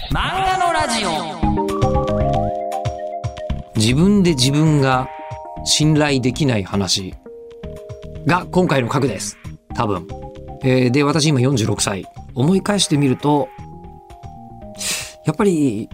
漫画のラジオ。 自分で自分が信頼できない話が今回の核です。多分。で、私今46歳。思い返してみると、やっぱり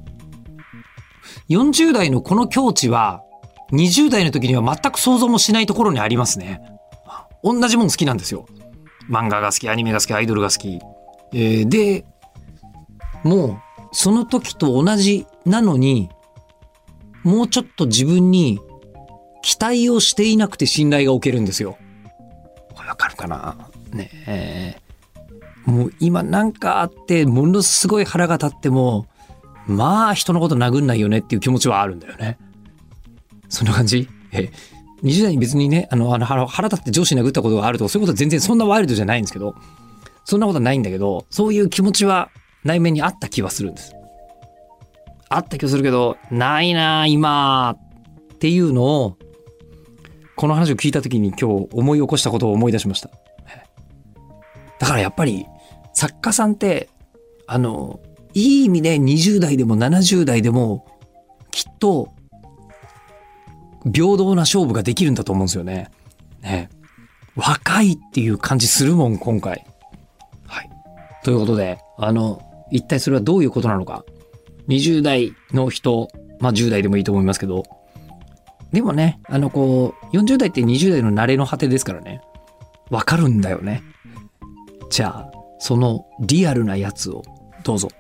40代のこの境地は20代の時には全く想像もしないところにありますね。同じもん好きなんですよ。漫画が好き、アニメが好き、アイドルが好き。で、もうその時と同じなのに、もうちょっと自分に期待をしていなくて信頼が置けるんですよ。わかるかなね。もう今なんかあってものすごい腹が立っても、まあ人のこと殴んないよねっていう気持ちはあるんだよね。そんな感じ？20代に別にね、腹立って上司に殴ったことがあるとか、そういうことは全然そんなワイルドじゃないんですけど、そんなことはないんだけど、そういう気持ちは内面にあった気はするんです。あった気がするけど、ないな今っていうのを、この話を聞いた時に今日思い起こしたことを思い出しました。だからやっぱり作家さんっていい意味で20代でも70代でもきっと平等な勝負ができるんだと思うんですよね。若いっていう感じするもん今回。はい。ということで一体それはどういうことなのか。20代の人、まあ10代でもいいと思いますけど、でもね40代って20代の慣れの果てですからね。わかるんだよね。じゃあそのリアルなやつをどうぞ。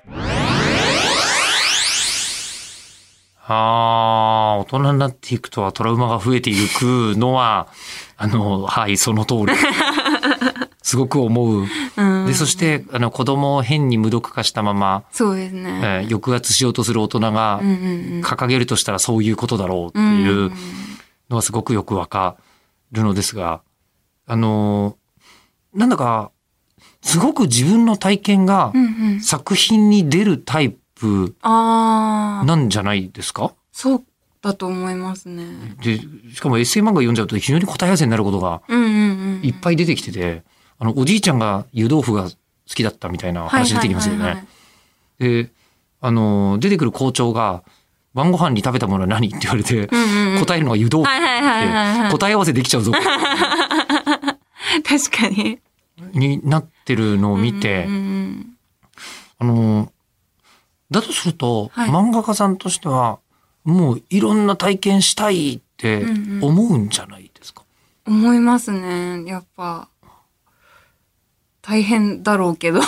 大人になっていくとはトラウマが増えていくのははいその通りすごく思う。でそして子供を変に無毒化したままそうですね、 抑圧しようとする大人が掲げるとしたらそういうことだろうっていうのはすごくよくわかるのですが、なんだかすごく自分の体験が作品に出るタイプなんじゃないですか？ そうだと思いますね。 でしかもエッセイ漫画読んじゃうと非常に答え合わせになることがいっぱい出てきてて、おじいちゃんが湯豆腐が好きだったみたいな話出てきますよね。で出てくる校長が晩ご飯に食べたものは何って言われて、答えるのが湯豆腐って答え合わせできちゃうぞ確かになってるのを見て、だとすると、漫画家さんとしてはもういろんな体験したいって思うんじゃないですか？ 思いますね。やっぱ大変だろうけど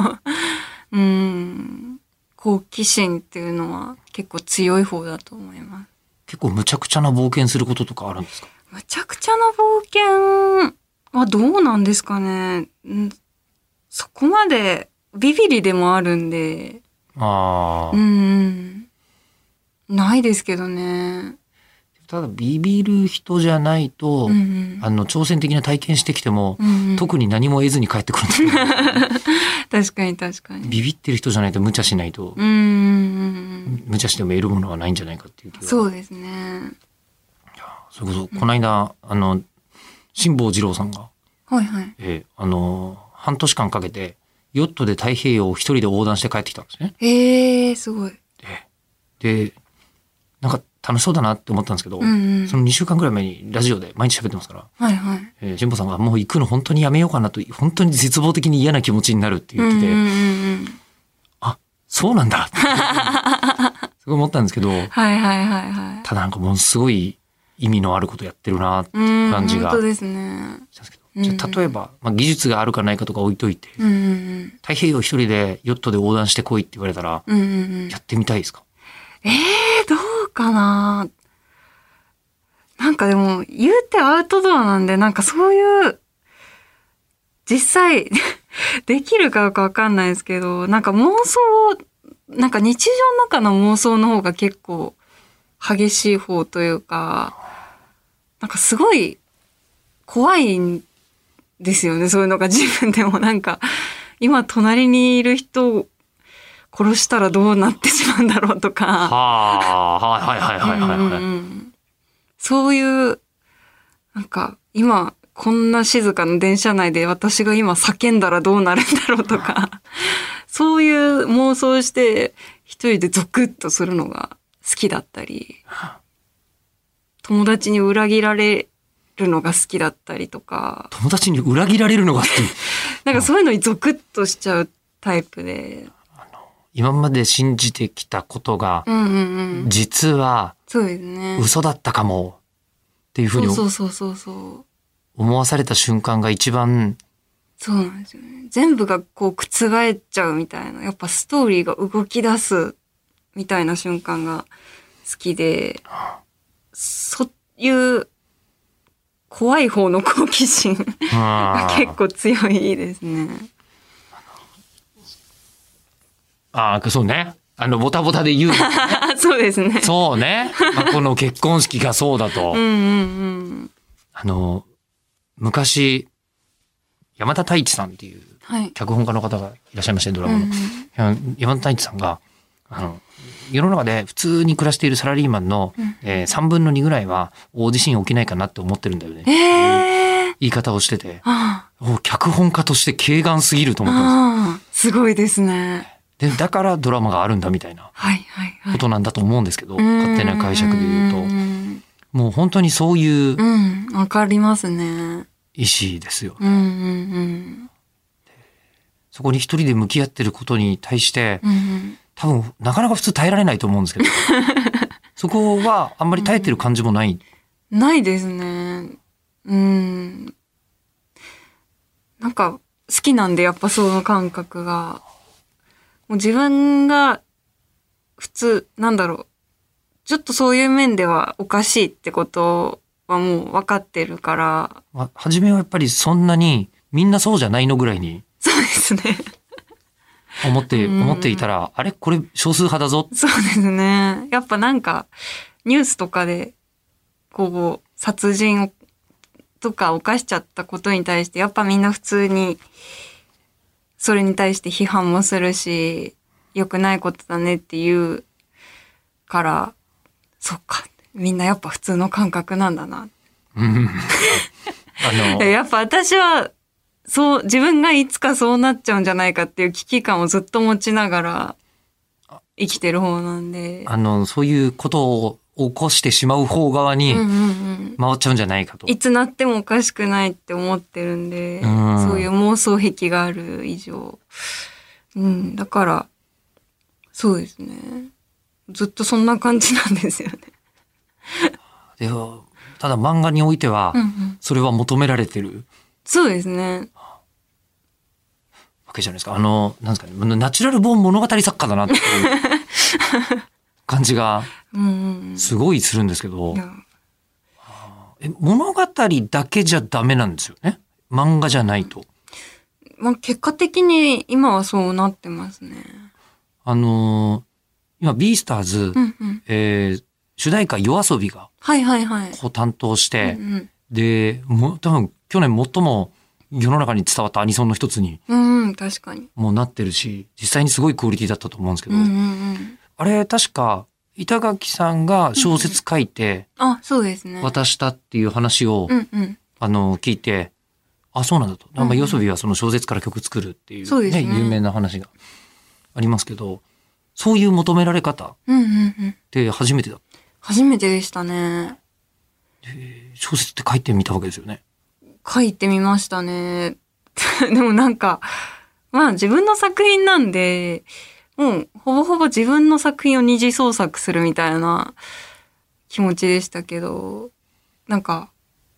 好奇心っていうのは結構強い方だと思います。 結構むちゃくちゃな冒険することとかあるんですか？ むちゃくちゃな冒険はどうなんですかね。そこまでビビりでもあるんで、ないですけどね。 ただビビる人じゃないと、挑戦的な体験してきても、特に何も得ずに帰ってくるんですよ確かに確かに。 ビビってる人じゃないと無茶しないと、無茶しても得るものはないんじゃないかっていう気が。 そうですね。 それこそこの間辛坊治郎さんが、半年間かけてヨットで太平洋を一人で横断して帰ってきたんですね。 すごい。 でなんか楽しそうだなって思ったんですけど、その2週間ぐらい前にラジオで毎日喋ってますから、辛坊さんがもう行くの本当にやめようかなと、本当に絶望的に嫌な気持ちになるって言ってて、あ、そうなんだってすごい思ったんですけど、ただなんかものすごい意味のあることやってるなって感じが。 本当ですね。 じゃあ例えば、技術があるかないかとか置いといて、太平洋一人でヨットで横断してこいって言われたら、やってみたいですか？ どうかな。なんかでも言うてアウトドアなんで、なんかそういう実際できるかどうかわかんないですけど、なんか妄想、なんか日常の中の妄想の方が結構激しい方というか、なんかすごい怖いんですよね。そういうのが自分でもなんか今隣にいる人を殺したらどうなってしまうんだろうとか、そういうなんか今こんな静かな電車内で私が今叫んだらどうなるんだろうとかそういう妄想して一人でゾクッとするのが好きだったり、友達に裏切られるのが好きだったりとか。 友達に裏切られるのが好き。 なんかそういうのにゾクッとしちゃうタイプで。 今まで信じてきたことが、実はそうですね。 嘘だったかもっていうふうに思わされた瞬間が一番。 そうなんですよね。全部がこう覆っちゃうみたいな。やっぱストーリーが動き出すみたいな瞬間が好きで、そういう怖い方の好奇心が結構強いですね。 そうね。ボタボタで言う、ね。 そうですね。 そうね。この結婚式がそうだと。昔、山田太一さんっていう脚本家の方がいらっしゃいまして、ドラマの。山田太一さんが、世の中で普通に暮らしているサラリーマンの、3分の2ぐらいは大地震起きないかなって思ってるんだよね。言い方をしてて、脚本家として軽眼すぎると思ったんです。 すごいですね。 で、だからドラマがあるんだみたいなことなんだと思うんですけど、勝手な解釈で言うと。もう本当にそういう。 わかりますね。 意思ですよね。そこに一人で向き合ってることに対して、多分なかなか普通耐えられないと思うんですけど、そこはあんまり耐えてる感じもない。 ないですね。なんか好きなんで、やっぱその感覚が。もう自分が普通、ちょっとそういう面ではおかしいってことはもう分かってるから。 初めはやっぱりそんなにみんなそうじゃないのぐらいに。 そうですね。 思っていたら、あれこれ少数派だぞ。 そうですね。やっぱなんかニュースとかでこう殺人とか犯しちゃったことに対してやっぱみんな普通にそれに対して批判もするし、良くないことだねって言うから、そっか、みんなやっぱ普通の感覚なんだな。やっぱ私は、自分がいつかそうなっちゃうんじゃないかっていう危機感をずっと持ちながら生きてる方なんで。 そういうことを起こしてしまう方側に回っちゃうんじゃないかと。 いつなってもおかしくないって思ってるんで、そういう妄想癖がある以上。だから、そうですね。ずっとそんな感じなんですよね。 でもただ漫画においては、それは求められてる。 そうですね。 わけじゃないですか。なんですかね、ナチュラルボーン物語作家だなっていう感じがすごいするんですけど、物語だけじゃダメなんですよね。漫画じゃないと。 結果的に今はそうなってますね。 今ビースターズ、主題歌夜遊びが担当して、で多分去年最も世の中に伝わったアニソンの一つに確かにもうなってるし、実際にすごいクオリティだったと思うんですけど、あれ確か板垣さんが小説書いてそうですね。 渡したっていう話を聞いて、そうなんだと。夜遊びはその小説から曲作るっていうね、有名な話がありますけど、そういう求められ方って初めてだ。 初めてでしたね。 小説って書いてみたわけですよね。 書いてみましたね。でもなんか、自分の作品なんで、もうほぼほぼ自分の作品を二次創作するみたいな気持ちでしたけど、なんか、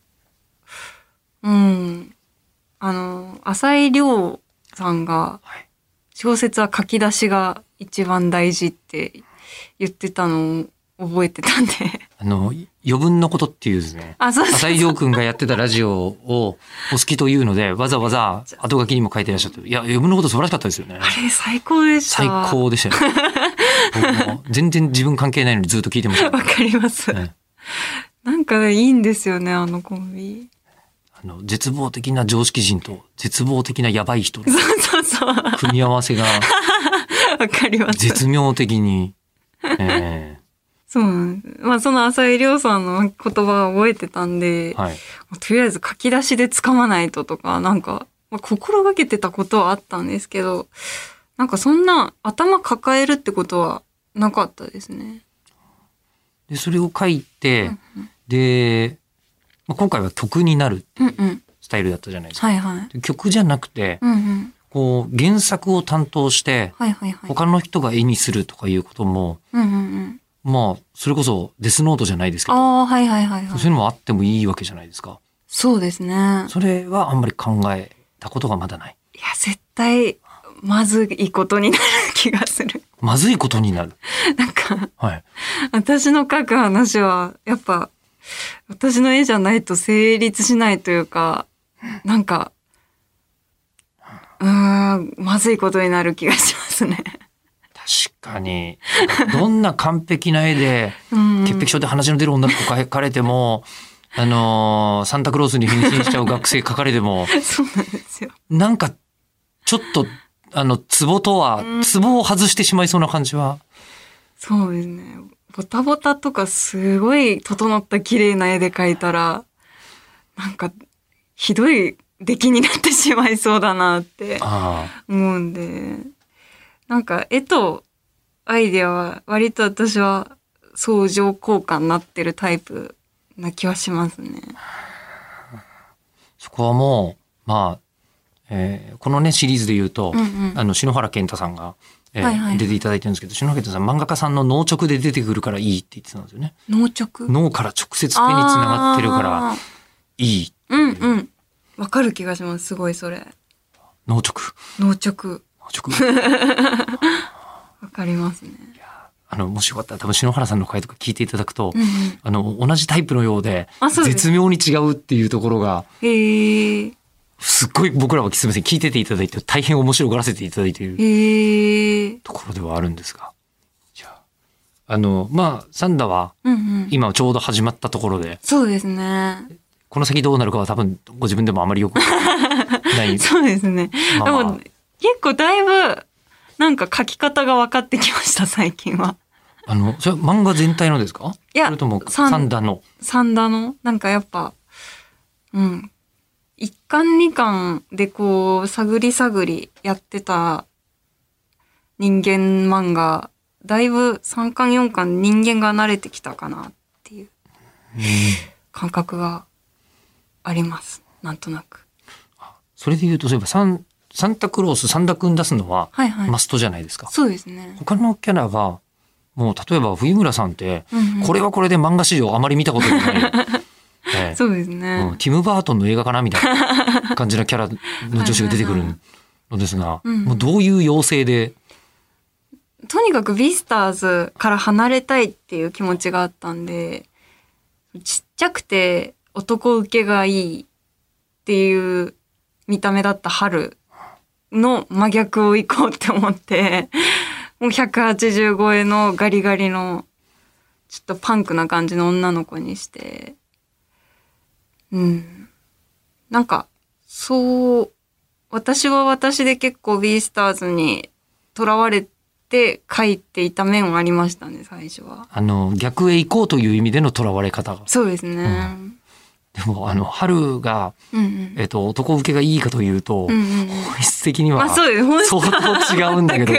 浅井亮さんが、小説は書き出しが一番大事って言ってたのを覚えてたんで。 余分のことっていうですね。浅井亮くんがやってたラジオをお好きというので、わざわざ後書きにも書いていらっしゃって、いや、余分のこと素晴らしかったですよね。 あれ最高でした。 最高でしたよね。僕も全然自分関係ないのにずっと聞いてました。 わかります。なんかいいんですよね、あのコンビ。 絶望的な常識人と絶望的なやばい人の組み合わせがわかります。 絶妙的に、 そうなんです。その浅井亮さんの言葉を覚えてたんで、とりあえず書き出しで掴まないととか、心がけてたことはあったんですけど、 なんかそんな頭抱えるってことはなかったですね。 で、それを書いて、 うんうん、 で、今回は曲になるうんうん、 スタイルだったじゃないですか。 はいはい。 曲じゃなくて、 うんうん、 こう原作を担当して、 はいはいはい。 他の人が絵にするとかいうことも、 うんうんうん、 まあ、それこそデスノートじゃないですけど、 ああ、はいはいはいはい。 そういうのもあってもいいわけじゃないですか。 そうですね。 それはあんまり考えたことがまだない。 いや、絶対、まずいことになる気がする。 まずいことになる。 なんか、 はい。 私の書く話は、やっぱ、私の絵じゃないと成立しないというか、なんか、まずいことになる気がしますね。 確かに。どんな完璧な絵で、潔癖症で鼻血の出る女の子描かれても、サンタクロースに変身しちゃう学生描かれても、 そうなんですよ。 なんか、ちょっと、ツボとは、ツボを外してしまいそうな感じは。 そうですね。ボタボタとかすごい整った綺麗な絵で描いたら、なんか、ひどい出来になってしまいそうだなって思うんで、なんか絵とアイデアは割と私は相乗効果になってるタイプな気はしますね。 そこはもう、まあ、このねシリーズで言うと、篠原健太さんが、はいはい、出ていただいてるんですけど、篠原健太さん漫画家さんの脳直で出てくるからいいって言ってたんですよね。 脳直？脳から直接手につながってるからいい。 うんうん。わかる気がします。すごいそれ。 脳直。 脳直。わかりますね。 もしよかったら多分篠原さんの回とか聞いていただくと、同じタイプのようで絶妙に違うっていうところが、すっごい僕らはすみません聞いてていただいて大変面白がらせていただいているところではあるんですが、じゃあまあサンダは今ちょうど始まったところで、 そうですね。 この先どうなるかは多分ご自分でもあまりよくないそうですね。でも結構だいぶなんか書き方が分かってきました最近は。 それは漫画全体のですか？ いや、 それともサンダのなんかやっぱ1巻2巻でこう探り探りやってた人間漫画、だいぶ3巻4巻人間が慣れてきたかなっていう感覚があります。なんとなく。 それで言うと、そういえばサンタクロース、サンダ君出すのはマストじゃないですか。 そうですね。 他のキャラが、もう例えば冬村さんって、これはこれで漫画史上あまり見たことがない。 そうですね、 ティム・バートンの映画かなみたいな感じのキャラの女子が出てくるのですが、もうどういう妖精で。 とにかくビスターズから離れたいっていう気持ちがあったんで、ちっちゃくて男受けがいいっていう見た目だった春の真逆を行こうって思って、もう180超えのガリガリのちょっとパンクな感じの女の子にして、なんかそう私は私で結構ビースターズにとらわれて書いていた面はありましたね最初は。 逆へ行こうという意味でのとらわれ方が。 そうですね。 でも春が、男受けがいいかというと、本質的には相当違うんだけど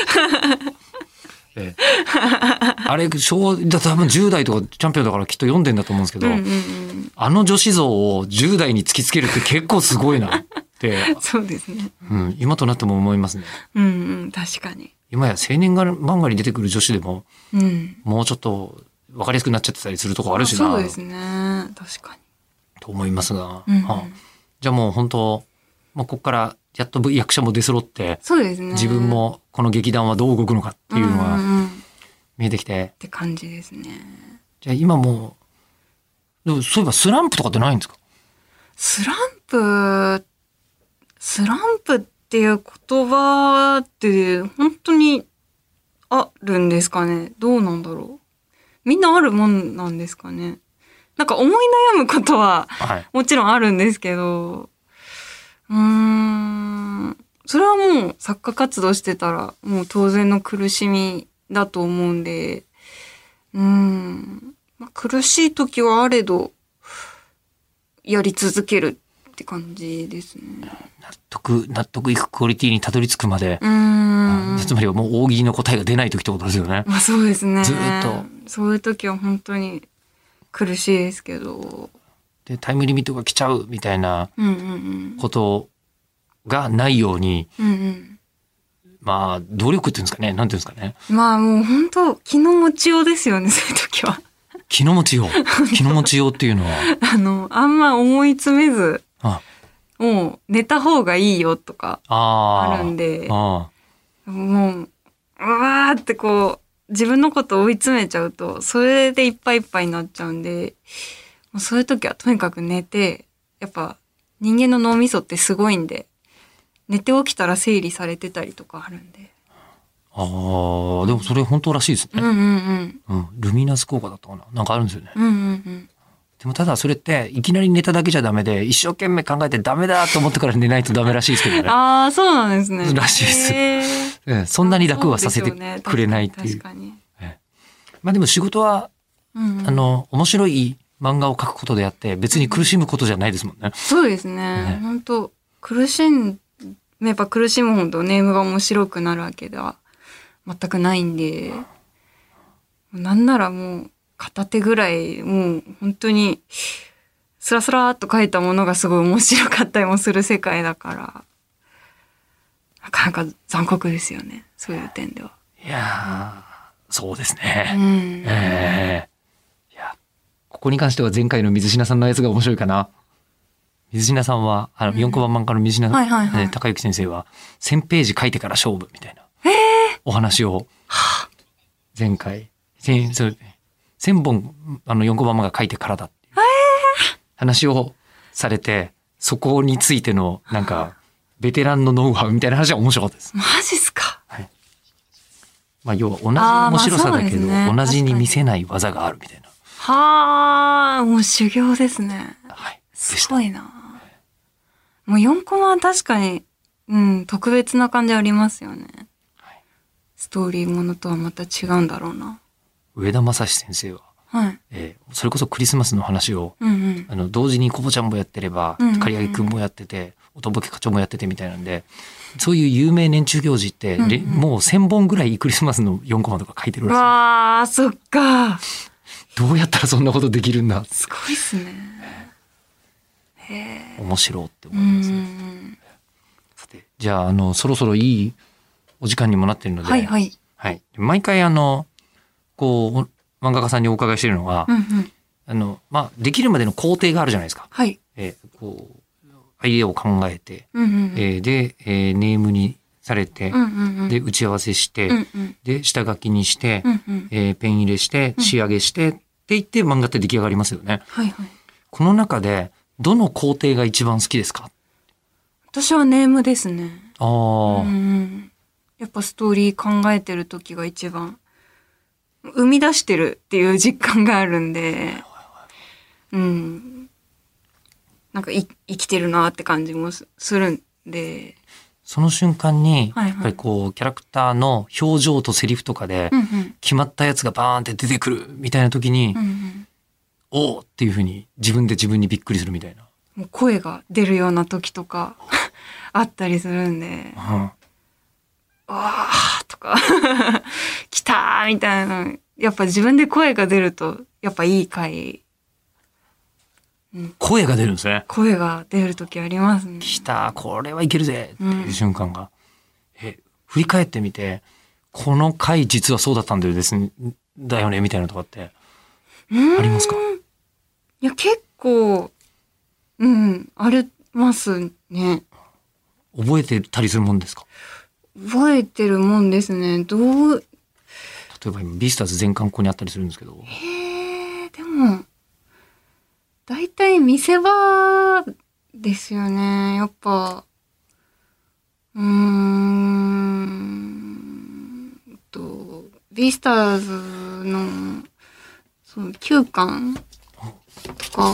あれ多分10代とかチャンピオンだからきっと読んでんだと思うんですけど、女子像を10代に突きつけるって結構すごいなってそうですね、 今となっても思いますね。 確かに今や青年漫画に出てくる女子でも、もうちょっと分かりやすくなっちゃってたりするとこあるしな。 そうですね、確かにと思いますが、じゃあもう本当、ここからやっと役者も出揃って、 そうですね、 自分もこの劇団はどう動くのかっていうのが見えてきて、 って感じですね。 じゃあ今もでもそういえばスランプとかってないんですか？ スランプっていう言葉って本当にあるんですかね。どうなんだろう。みんなあるもんなんですかね。なんか思い悩むことはもちろんあるんですけど、それはもう作家活動してたらもう当然の苦しみだと思うんで、苦しい時はあれどやり続けるっって感じですね。 納得いくクオリティにたどり着くまで、つまりはもう大喜利の答えが出ない時ってことですよね。 まあそうですね。 ずっと。 そういう時は本当に苦しいですけど。 で、タイムリミットが来ちゃうみたいなことがないように、まあ、努力っていうんですかね。なんていうんですかね。 まあもう本当気の持ちようですよね、そういう時は。 気の持ちよう。気の持ちようっていうのは。 あんま思い詰めず、もう寝た方がいいよとかあるんで、もう、うわーってこう、自分のことを追い詰めちゃうと、それでいっぱいいっぱいになっちゃうんで、もうそういう時はとにかく寝て、やっぱ人間の脳みそってすごいんで、寝て起きたら整理されてたりとかあるんで。 でもそれ本当らしいですね。ルミナス効果だったかな。なんかあるんですよね。でもただそれっていきなり寝ただけじゃダメで、一生懸命考えてダメだと思ってから寝ないとダメらしいですけどね。 そうなんですね。 らしいです。そんなに楽はさせてくれないっていう。 確かに。 まあでも仕事は、面白い漫画を描くことであって、別に苦しむことじゃないですもんね。 そうですね。本当苦しめば苦しむほどネームが面白くなるわけでは全くないんで、なんならもう片手ぐらいもう本当にスラスラーっと書いたものがすごい面白かったりもする世界だから、なかなか残酷ですよね、そういう点では。 いやー、そうですね。いや、ここに関しては前回の水品さんのやつが面白いかな。水品さんは、4コマ漫画の水品孝之先生は、1000ページ書いてから勝負みたいな、お話を、前回、1000本、4コマ漫画書いてからだっていう話をされて、そこについての、なんか、ベテランのノウハウみたいな話は面白かったです。 マジっすか。 はい。まあ、要は同じ面白さだけど、同じに見せない技があるみたいな。 もう修行ですね。 はい。 すごいな。もう4コマは確かに、特別な感じありますよね。ストーリーものとはまた違うんだろうな。 上田正史先生は、それこそクリスマスの話を、同時にコボちゃんもやってれば、刈り上げくんもやってて、おとぼけ課長もやっててみたいなんで、そういう有名年中行事って、もう1000本ぐらいクリスマスの4コマとか書いてるらしい。 そっか。 どうやったらそんなことできるんだ。 すごいっすね。 面白いって思いますね。さて、じゃあ、そろそろいいお時間にもなっているので、毎回こう、漫画家さんにお伺いしているのが、まあ、できるまでの工程があるじゃないですか。こう、アイデアを考えて、で、ネームにされて、で、打ち合わせして、で、下書きにして、ペン入れして、仕上げして、って言って漫画って出来上がりますよね。この中で、どの工程が一番好きですか？ 私はネームですね。やっぱストーリー考えてる時が一番生み出してるっていう実感があるんで、なんか生きてるなって感じもするんで。 その瞬間に、やっぱりこう、キャラクターの表情とセリフとかで、決まったやつがバーンって出てくるみたいな時に、おーっていうふうに自分で自分にびっくりするみたいな。 もう声が出るような時とかあったりするんで、わーとか、来たーみたいな。やっぱ自分で声が出ると、やっぱいい回。 声が出るんですね。 声が出る時ありますね。 来た、これはいけるぜっていう瞬間が。振り返ってみて、この回実はそうだったんだよだよねみたいなとかってありますか？ いや、結構、ありますね。 覚えてたりするもんですか？ 覚えてるもんですね。例えば今ビスターズ全巻ここにあったりするんですけど。 でも、大体見せ場ですよね。やっぱ、ビスターズの、9巻とか、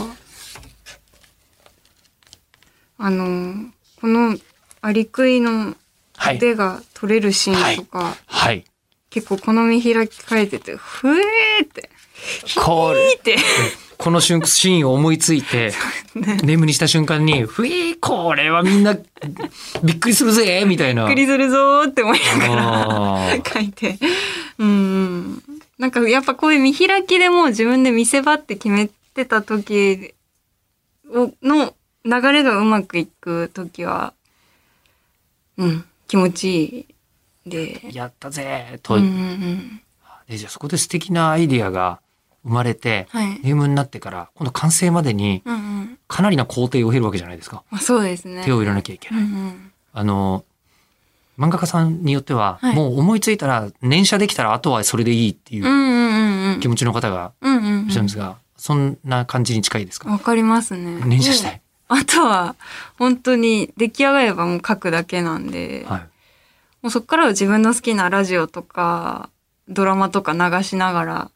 このアリクイの腕が取れるシーンとか、結構この見開き変えてて、ふえーって、 これってこのシーンを思いついて、ネームにした瞬間に、これはみんなびっくりするぜみたいな。 びっくりするぞーって思いながあら書いて。なんかやっぱこういう見開きでもう自分で見せ場って決めてた時の流れがうまくいく時は、気持ちいいで。 やったぜと。じゃあそこで素敵なアイディアが生まれて、ネームになってから今度完成までにかなりな工程を経るわけじゃないですか。 そうですね。 手を入れなきゃいけない。漫画家さんによっては、もう思いついたら連写できたらあとはそれでいいっていう気持ちの方がいらっしゃるんですが、そんな感じに近いですか？ わかりますね。 連写したい。 あとは本当に出来上がればもう書くだけなんで、もうそこからは自分の好きなラジオとかドラマとか流しながら、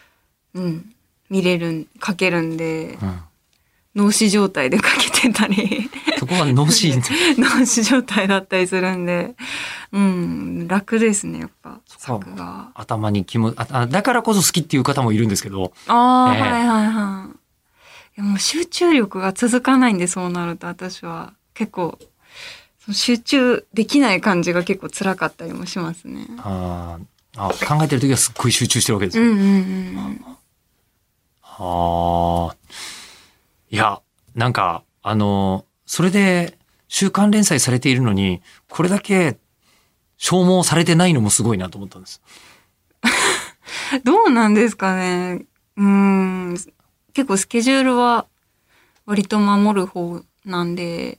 書けるんで、脳死状態で書けてたりそこは脳死脳死状態だったりするんで、楽ですねやっぱ作が。 頭にだからこそ好きっていう方もいるんですけど。 もう集中力が続かないんで、そうなると私は結構集中できない感じが結構辛かったりもしますね。 考えてる時はすっごい集中してるわけですよ。いや、なんか、それで週刊連載されているのに、これだけ消耗されてないのもすごいなと思ったんです。 どうなんですかね。結構スケジュールは割と守る方なんで、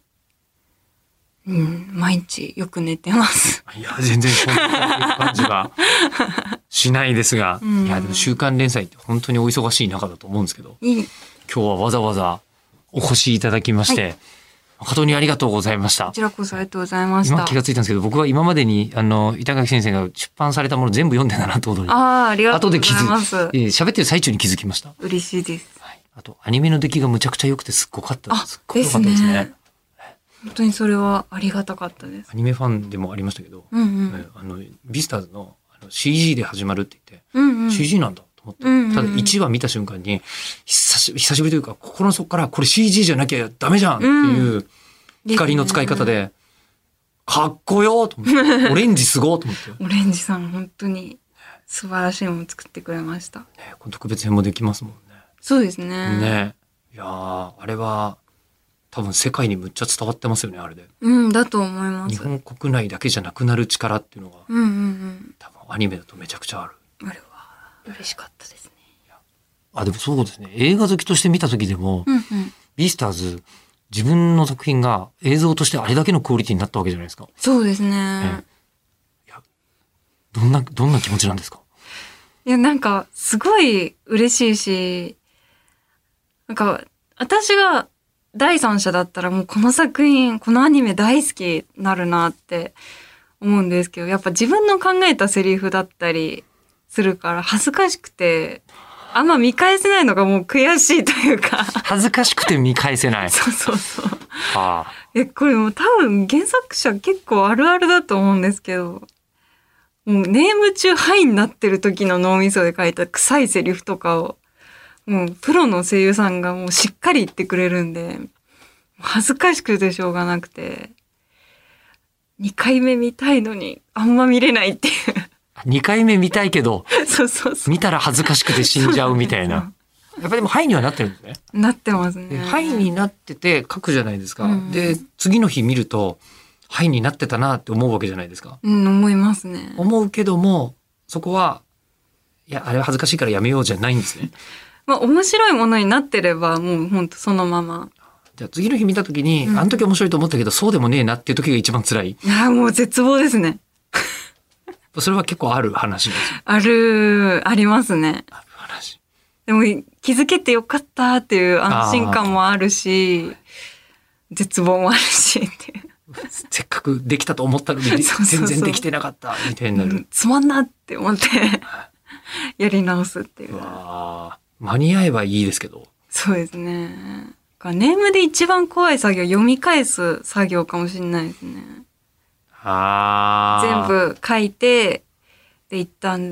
毎日よく寝てます。 いや、全然そんな感じはしないですが、いや、でも週刊連載って本当にお忙しい中だと思うんですけど、今日はわざわざお越しいただきまして、誠にありがとうございました。 こちらこそありがとうございました。 今気がついたんですけど、僕は今までに板垣先生が出版されたもの全部読んでたなってことに。 ありがとうございます。 喋ってる最中に気づきました。 嬉しいです。 あとアニメの出来がむちゃくちゃ良くてすっごかったです。すっごかったですね。 本当にそれはありがたかったです。 アニメファンでもありましたけど、ビスターズのCG で始まるって言って、CG なんだと思って、ただ1話見た瞬間に久しぶりというか心の底からこれ CG じゃなきゃダメじゃんっていう光の使い方で、かっこよと思ってオレンジすごいと思って。 オレンジさん本当に素晴らしいものを作ってくれました。 特別編もできますもんね。 そうですね。 いやあれは多分世界にむっちゃ伝わってますよね、あれで。 だと思います。 日本国内だけじゃなくなる力っていうのが、多分アニメだとめちゃくちゃある。 あれは嬉しかったですね。 でもそうですね。映画好きとして見た時でも、ビースターズ、自分の作品が映像としてあれだけのクオリティになったわけじゃないですか。 そうですね。 どんな気持ちなんですか？ いや、なんか、すごい嬉しいし、なんか、私が第三者だったらもうこの作品、このアニメ大好きになるなって思うんですけど、やっぱ自分の考えたセリフだったりするから恥ずかしくて、あんま見返せないのがもう悔しいというか。 恥ずかしくて見返せない。 そう。これもう多分原作者結構あるあるだと思うんですけど、もうネーム中ハイになってる時の脳みそで書いた臭いセリフとかを、もうプロの声優さんがもうしっかり言ってくれるんで、恥ずかしくてしょうがなくて、2回目見たいのにあんま見れないっていう。 2回目見たいけど、 そう見たら恥ずかしくて死んじゃうみたいな。やっぱりでもハイにはなってるんですね。 なってますね。 ハイになってて書くじゃないですか。で、次の日見ると、ハイになってたなって思うわけじゃないですか。 思いますね。 思うけども、そこは、いや、あれは恥ずかしいからやめようじゃないんですね。 面白いものになってれば、もう本当そのまま。 じゃあ次の日見た時に、あの時面白いと思ったけど、そうでもねえなっていう時が一番辛い。 いや、もう絶望ですね。 それは結構ある話です。 ありますね。 ある話。 でも気づけてよかったっていう安心感もあるし、絶望もあるしっていう。 せっかくできたと思ったのに全然できてなかったみたいになる。 つまんなって思ってやり直すっていう。 間に合えばいいですけど。 そうですね。ネームで一番怖い作業、読み返す作業かもしれないですね。全部書いて、で、一旦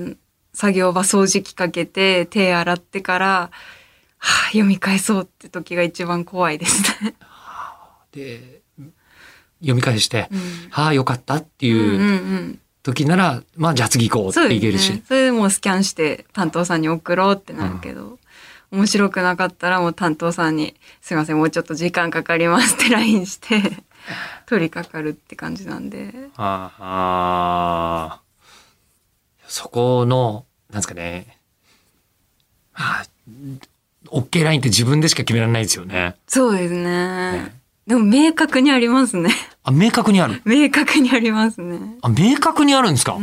作業場掃除機かけて手洗ってから、はあ、読み返そうって時が一番怖いですね。 で、読み返して、 うん、 はあ、よかったっていう時なら、まあ、じゃあ次行こうっていけるし。 そうですね。それでもうスキャンして担当さんに送ろうってなるけど、面白くなかったらもう担当さんに、すいません、もうちょっと時間かかりますって LINE して、取り掛かるって感じなんで。 そこの、なんですかね。OK ラインって自分でしか決められないですよね。 そうですね。でも明確にありますね。 あ、明確にある。 明確にありますね。 あ、明確にあるんですか？ うん。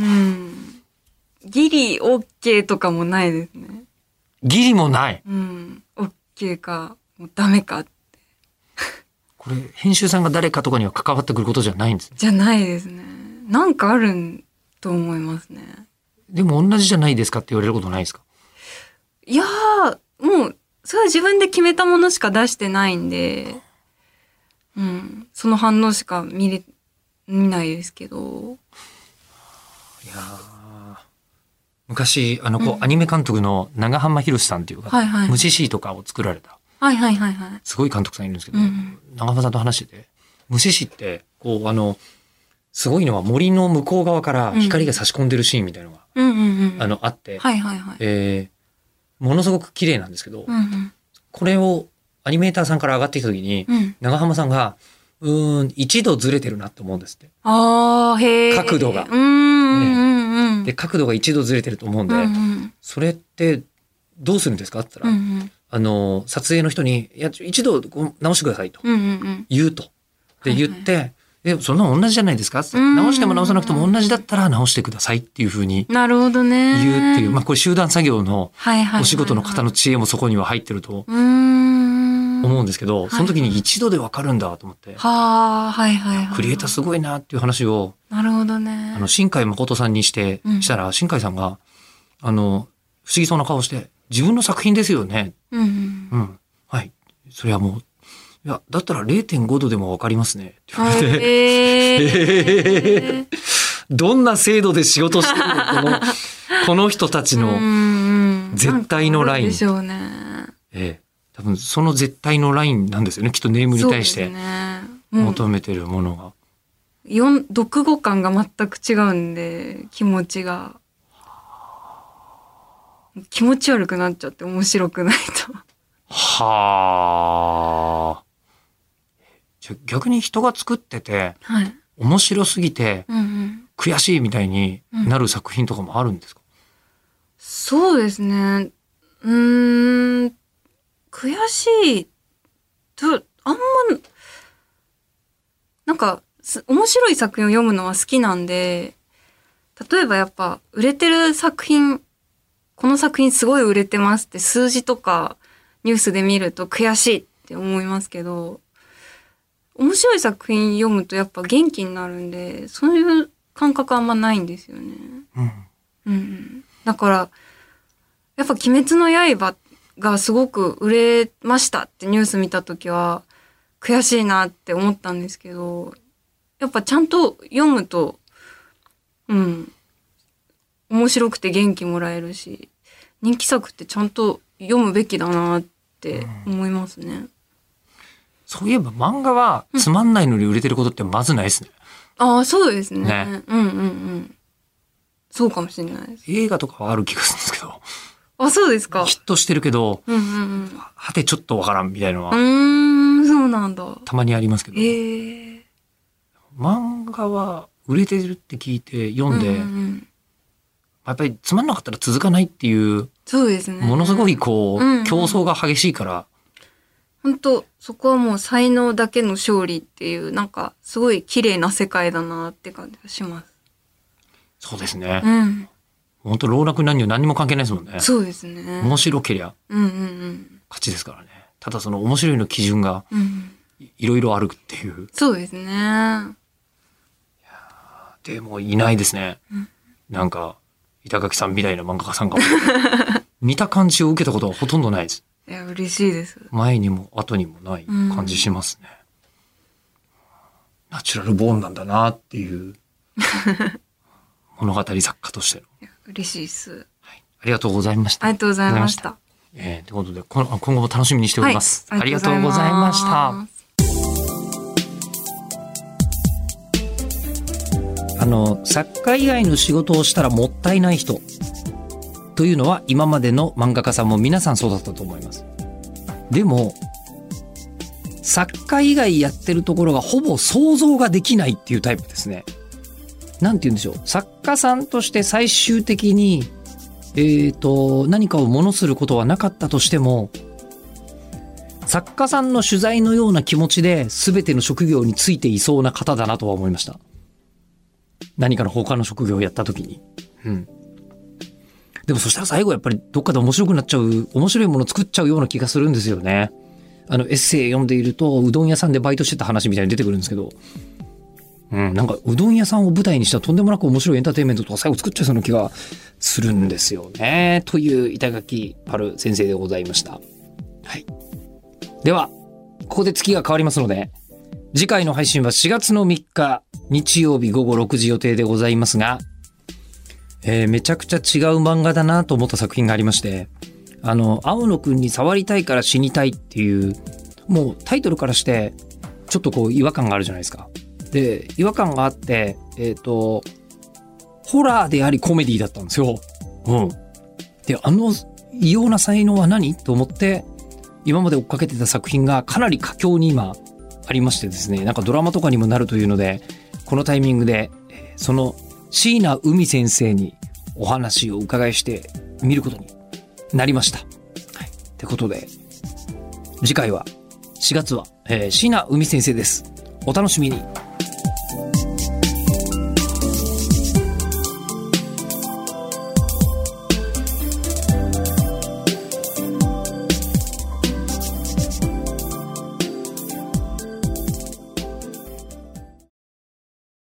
ギリ OK とかもないですね。 ギリもない。 うん。OK か、もうダメかって。 これ、編集さんが誰かとかには関わってくることじゃないんですね。 じゃないですね。なんかあると思いますね。 でも同じじゃないですかって言われることないですか？ いやー、もう、それは自分で決めたものしか出してないんで、うん。その反応しか見ないですけど。 いや昔、アニメ監督の長浜博さんっていうか、 はいはい、 虫 C とかを作られた、 はいはいはいはい。 すごい監督さんいるんですけど、 うん長浜さんと話してて、虫 C って、すごいのは森の向こう側から光が差し込んでるシーンみたいなのが、あって、 はいはいはい。 ものすごく綺麗なんですけど、 うんうん、 これをアニメーターさんから上がってきた時に、長浜さんが、1度ずれてるなって思うんですって。 ああ、へえ。 角度が。で、角度が1度ずれてると思うんで、それってどうするんですかって言ったら、撮影の人に、いや、1度直してくださいと。言うと。で、言って、そんなの同じじゃないですかって直しても直さなくても同じだったら直してくださいっていうふうになるほどね。 言うっていう、まあこれ集団作業のお仕事の方の知恵もそこには入ってると思うんですけど、その時に一度でわかるんだと思って、クリエイターすごいなっていう話を、 なるほどね。 新海誠さんにしたら、新海さんが、不思議そうな顔して、自分の作品ですよね。はい。それはもう、いや、だったら 0.5 度でもわかりますね。って言われて、どんな制度で仕事してるのこの人たちの絶対のライン。 でしょうね。 多分その絶対のラインなんですよね。きっとネームに対して求めてるものが。 読後感が全く違うんで、気持ちが。気持ち悪くなっちゃって面白くないと。 はあ。逆に人が作ってて、面白すぎて、悔しいみたいになる作品とかもあるんですか？ そうですね。悔しいと、あんま、なんか、面白い作品を読むのは好きなんで、例えばやっぱ、売れてる作品、この作品すごい売れてますって数字とかニュースで見ると悔しいって思いますけど、面白い作品読むとやっぱ元気になるんで、そういう感覚あんまないんですよね。だから、やっぱ鬼滅の刃がすごく売れましたってニュース見たときは悔しいなって思ったんですけど、やっぱちゃんと読むと、面白くて元気もらえるし、人気作ってちゃんと読むべきだなって思いますね。 そういえば漫画はつまんないのに売れてることってまずないですね。 ああ、そうですね。そうかもしれないです。 映画とかはある気がするんですけど。 あ、そうですか。 ヒットしてるけど、はてちょっとわからんみたいなのは。 そうなんだ。 たまにありますけど。漫画は売れてるって聞いて読んで、やっぱりつまんなかったら続かないっていう。 そうですね。 ものすごい競争が激しいから。 本当そこはもう才能だけの勝利っていう、なんかすごい綺麗な世界だなって感じがします。 そうですね。本当老若男女何にも関係ないですもんね。 そうですね。 面白けりゃ勝ちですからね。ただその面白いの基準がいろいろあるっていう。 そうですね。 でもいないですね。なんか板垣さんみたいな漫画家さんが似た感じを受けたことはほとんどないです。 いや、嬉しいです。 前にも後にもない感じしますね。ナチュラルボーンなんだなっていう物語作家としての。 嬉しいです。 はいありがとうございました。 ありがとうございました。 ということで、今後も楽しみにしております。 はい、 ありがとうございました。作家以外の仕事をしたらもったいない人というのは今までの漫画家さんも皆さんそうだったと思います。でも作家以外やってるところがほぼ想像ができないっていうタイプですね。なんて言うんでしょう、作家さんとして最終的に何かを物することはなかったとしても、作家さんの取材のような気持ちで全ての職業についていそうな方だなとは思いました。何かの他の職業をやった時に。でもそしたら最後やっぱりどっかで面白くなっちゃう、面白いものを作っちゃうような気がするんですよね。エッセイ読んでいるとうどん屋さんでバイトしてた話みたいに出てくるんですけど、なんかうどん屋さんを舞台にしたとんでもなく面白いエンターテインメントとか最後作っちゃいそうな気がするんですよね。という板垣パル先生でございました。はい。ではここで月が変わりますので、次回の配信は4月の3日日曜日午後6時予定でございますが、めちゃくちゃ違う漫画だなと思った作品がありまして、青野くんに触りたいから死にたいっていう、もうタイトルからしてちょっとこう違和感があるじゃないですか。で、違和感があって、ホラーでありコメディだったんですよ。で、異様な才能は何と思って今まで追っかけてた作品がかなり佳境に今ありましてですね、なんかドラマとかにもなるというので、このタイミングでその椎名海先生にお話をお伺いして見ることになりました。ってことで次回は4月は椎名海先生です。お楽しみに。